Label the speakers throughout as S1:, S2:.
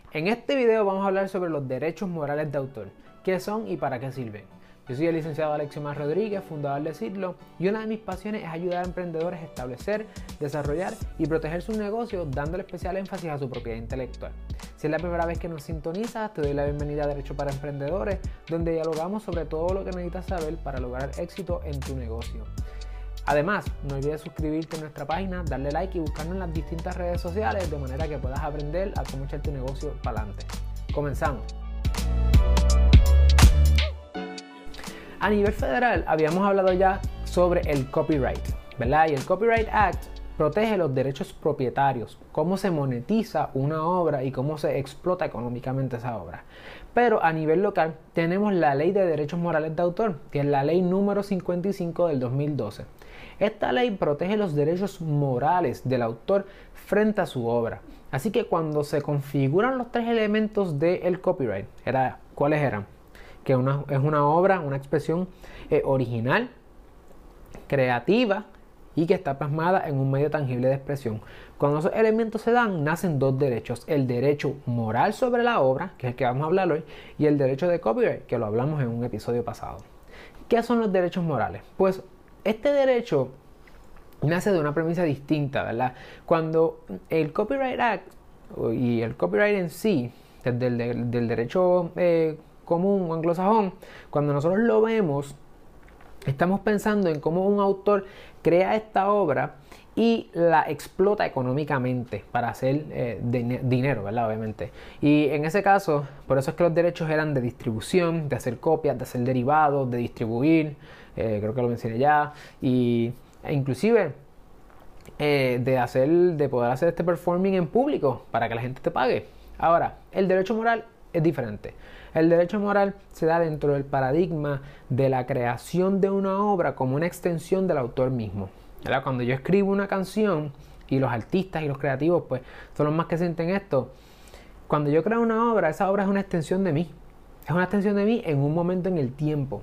S1: En este video vamos a hablar sobre los derechos morales de autor, qué son y para qué sirven. Yo soy el licenciado Alexiomar Rodríguez, fundador de Sidlo, y una de mis pasiones es ayudar a emprendedores a establecer, desarrollar y proteger sus negocios dándole especial énfasis a su propiedad intelectual. Si es la primera vez que nos sintonizas, te doy la bienvenida a Derecho para Emprendedores, donde dialogamos sobre todo lo que necesitas saber para lograr éxito en tu negocio. Además, no olvides suscribirte a nuestra página, darle like y buscarnos en las distintas redes sociales de manera que puedas aprender a cómo echar tu negocio para adelante. Comenzamos. A nivel federal habíamos hablado ya sobre el copyright, ¿verdad? Y el Copyright Act protege los derechos propietarios, cómo se monetiza una obra y cómo se explota económicamente esa obra. Pero a nivel local tenemos la Ley de Derechos Morales de Autor, que es la Ley número 55 del 2012. Esta ley protege los derechos morales del autor frente a su obra. Así que cuando se configuran los tres elementos del copyright, ¿cuáles eran? Que es una obra, una expresión original, creativa y que está plasmada en un medio tangible de expresión. Cuando esos elementos se dan, nacen dos derechos: el derecho moral sobre la obra, que es el que vamos a hablar hoy, y el derecho de copyright, que lo hablamos en un episodio pasado. ¿Qué son los derechos morales? Pues este derecho nace de una premisa distinta, ¿verdad? Cuando el Copyright Act y el copyright en sí, del derecho común o anglosajón, cuando nosotros lo vemos, estamos pensando en cómo un autor crea esta obra y la explota económicamente para hacer dinero, ¿verdad? Obviamente. Y en ese caso, por eso es que los derechos eran de distribución, de hacer copias, de hacer derivados, de distribuir, creo que lo mencioné ya, e inclusive de poder hacer este performing en público para que la gente te pague. Ahora, el derecho moral es diferente. El derecho moral se da dentro del paradigma de la creación de una obra como una extensión del autor mismo. ¿Verdad? Cuando yo escribo una canción, y los artistas y los creativos pues son los más que sienten esto, cuando yo creo una obra, esa obra es una extensión de mí. Es una extensión de mí en un momento en el tiempo.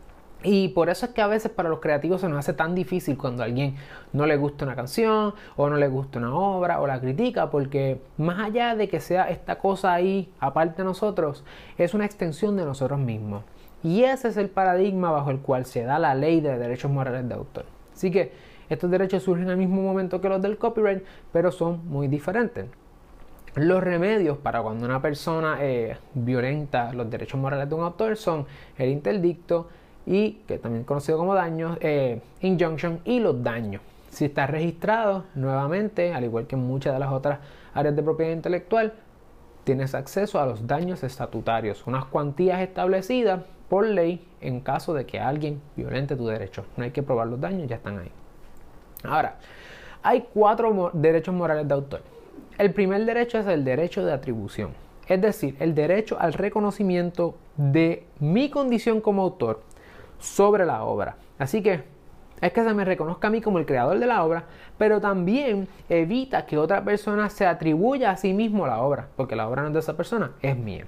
S1: Y por eso es que a veces para los creativos se nos hace tan difícil cuando a alguien no le gusta una canción o no le gusta una obra o la critica, porque más allá de que sea esta cosa ahí aparte de nosotros, es una extensión de nosotros mismos. Y ese es el paradigma bajo el cual se da la ley de derechos morales de autor. Así que estos derechos surgen al mismo momento que los del copyright, pero son muy diferentes. Los remedios para cuando una persona violenta los derechos morales de un autor son el interdicto, y que también conocido como daños, injunction, y los daños. Si está registrado, nuevamente, al igual que en muchas de las otras áreas de propiedad intelectual, tienes acceso a los daños estatutarios, unas cuantías establecidas por ley en caso de que alguien violente tu derecho. No hay que probar los daños, ya están ahí. Ahora, hay 4 derechos morales de autor. El primer derecho es el derecho de atribución, es decir, el derecho al reconocimiento de mi condición como autor sobre la obra. Así que es que se me reconozca a mí como el creador de la obra, pero también evita que otra persona se atribuya a sí mismo la obra, porque la obra no es de esa persona, es mía.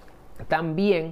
S1: También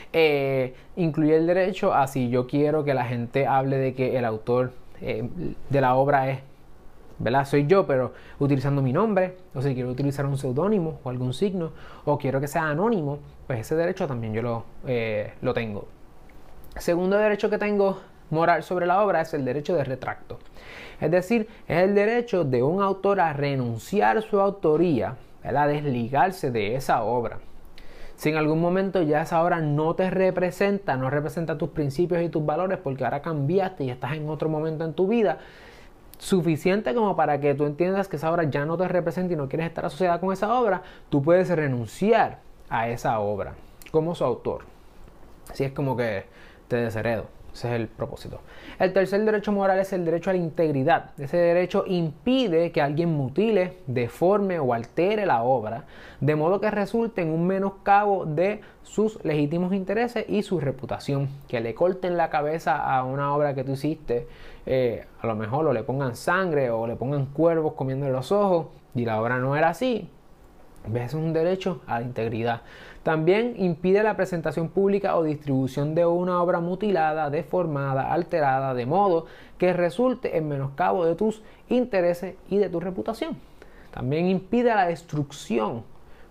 S1: incluye el derecho a, si yo quiero que la gente hable de que el autor de la obra es, ¿verdad? Soy yo, pero utilizando mi nombre, o si quiero utilizar un seudónimo o algún signo, o quiero que sea anónimo, pues ese derecho también yo lo tengo. Segundo derecho que tengo moral sobre la obra es el derecho de retracto. Es decir, es el derecho de un autor a renunciar a su autoría, a desligarse de esa obra. Si en algún momento ya esa obra no te representa, no representa tus principios y tus valores, porque ahora cambiaste y estás en otro momento en tu vida, suficiente como para que tú entiendas que esa obra ya no te representa y no quieres estar asociada con esa obra, tú puedes renunciar a esa obra como su autor. Así es como que te desheredo. Ese es el propósito. El tercer derecho moral es el derecho a la integridad. Ese derecho impide que alguien mutile, deforme o altere la obra, de modo que resulte en un menoscabo de sus legítimos intereses y su reputación. Que le corten la cabeza a una obra que tú hiciste, a lo mejor o le pongan sangre o le pongan cuervos comiéndole los ojos, y la obra no era así. ¿Ves? Es un derecho a la integridad. También impide la presentación pública o distribución de una obra mutilada, deformada, alterada, de modo que resulte en menoscabo de tus intereses y de tu reputación. También impide la destrucción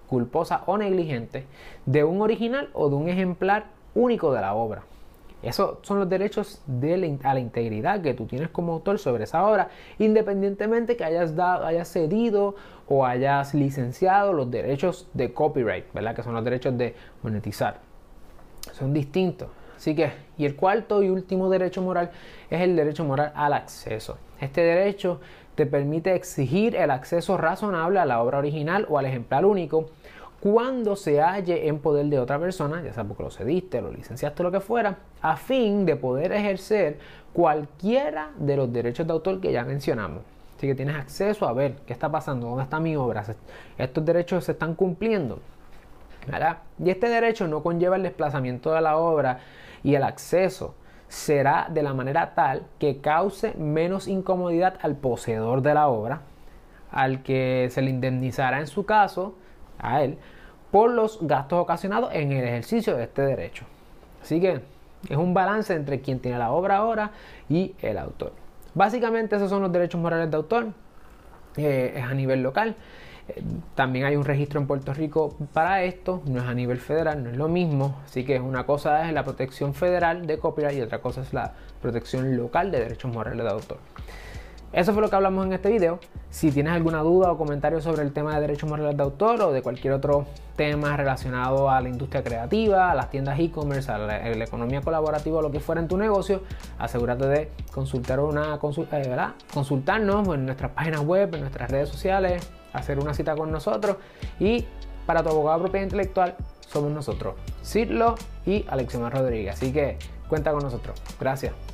S1: culposa o negligente de un original o de un ejemplar único de la obra. Esos son los derechos a la integridad que tú tienes como autor sobre esa obra, independientemente que hayas cedido o hayas licenciado los derechos de copyright, ¿verdad? Que son los derechos de monetizar. Son distintos. Así que, y el cuarto y último derecho moral es el derecho moral al acceso. Este derecho te permite exigir el acceso razonable a la obra original o al ejemplar único cuando se halle en poder de otra persona, ya sea porque lo cediste, lo licenciaste o lo que fuera, a fin de poder ejercer cualquiera de los derechos de autor que ya mencionamos. Así que tienes acceso a ver qué está pasando, dónde está mi obra, estos derechos se están cumpliendo, ¿verdad? Y este derecho no conlleva el desplazamiento de la obra y el acceso será de la manera tal que cause menos incomodidad al poseedor de la obra, al que se le indemnizará en su caso, a él, por los gastos ocasionados en el ejercicio de este derecho. Así que es un balance entre quien tiene la obra ahora y el autor. Básicamente esos son los derechos morales de autor. Es a nivel local. También hay un registro en Puerto Rico para esto, no es a nivel federal, no es lo mismo. Así que una cosa es la protección federal de copyright y otra cosa es la protección local de derechos morales de autor. Eso fue lo que hablamos en este video. Si tienes alguna duda o comentario sobre el tema de derechos morales de autor o de cualquier otro tema relacionado a la industria creativa, a las tiendas e-commerce, a la economía colaborativa o lo que fuera en tu negocio, asegúrate de consultarnos en nuestras páginas web, en nuestras redes sociales, hacer una cita con nosotros. Y para tu abogado de propiedad intelectual somos nosotros, Cirlo y Alexiomar Rodríguez. Así que cuenta con nosotros. Gracias.